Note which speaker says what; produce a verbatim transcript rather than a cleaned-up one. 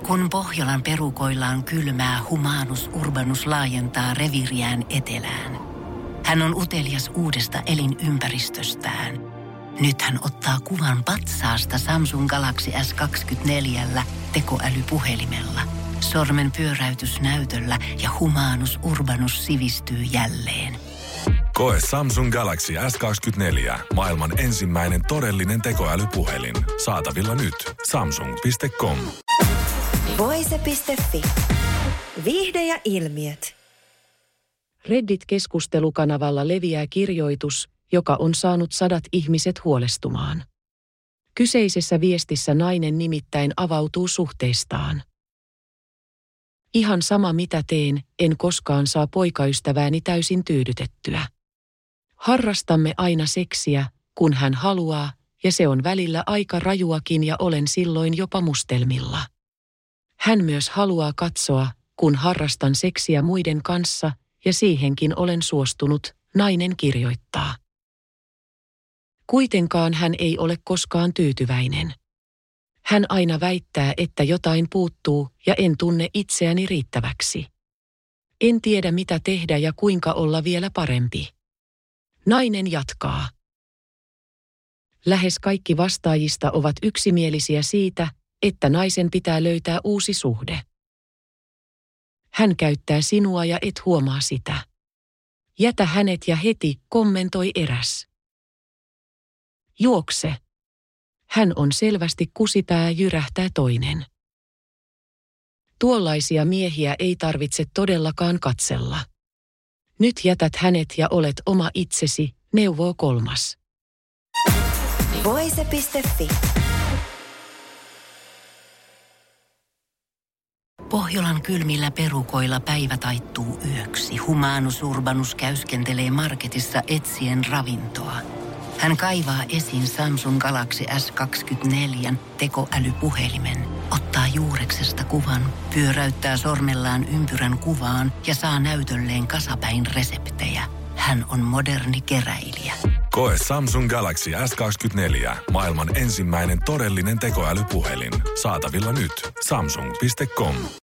Speaker 1: Kun Pohjolan perukoillaan kylmää, Humanus Urbanus laajentaa reviiriään etelään. Hän on utelias uudesta elinympäristöstään. Nyt hän ottaa kuvan patsaasta Samsung Galaxy S kaksikymmentäneljä tekoälypuhelimella. Sormen pyöräytys näytöllä ja Humanus Urbanus sivistyy jälleen.
Speaker 2: Koe Samsung Galaxy S kaksikymmentäneljä, maailman ensimmäinen todellinen tekoälypuhelin. Saatavilla nyt. samsung piste com.
Speaker 3: Voise piste fi. Viihde ja ilmiöt.
Speaker 4: Reddit-keskustelukanavalla leviää kirjoitus, joka on saanut sadat ihmiset huolestumaan. Kyseisessä viestissä nainen nimittäin avautuu suhteestaan. Ihan sama mitä teen, en koskaan saa poikaystävääni täysin tyydytettyä. Harrastamme aina seksiä, kun hän haluaa, ja se on välillä aika rajuakin ja olen silloin jopa mustelmilla. Hän myös haluaa katsoa, kun harrastan seksiä muiden kanssa, ja siihenkin olen suostunut, nainen kirjoittaa. Kuitenkaan hän ei ole koskaan tyytyväinen. Hän aina väittää, että jotain puuttuu ja en tunne itseäni riittäväksi. En tiedä mitä tehdä ja kuinka olla vielä parempi. Nainen jatkaa. Lähes kaikki vastaajista ovat yksimielisiä siitä, että naisen pitää löytää uusi suhde. Hän käyttää sinua ja et huomaa sitä. Jätä hänet ja heti, kommentoi eräs. Juokse. Hän on selvästi kusipää, jyrähtää toinen. Tuollaisia miehiä ei tarvitse todellakaan katsella. Nyt jätät hänet ja olet oma itsesi, neuvoo kolmas.
Speaker 3: Voise piste fi.
Speaker 1: Pohjolan kylmillä perukoilla päivä taittuu yöksi. Humanus Urbanus käyskentelee marketissa etsien ravintoa. Hän kaivaa esiin Samsung Galaxy S kaksikymmentäneljä tekoälypuhelimen, ottaa juureksesta kuvan, pyöräyttää sormellaan ympyrän kuvaan ja saa näytölleen kasapäin reseptejä. Hän on moderni keräilijä.
Speaker 2: Koe Samsung Galaxy S kaksikymmentäneljä, maailman ensimmäinen todellinen tekoälypuhelin. Saatavilla nyt. samsung piste com.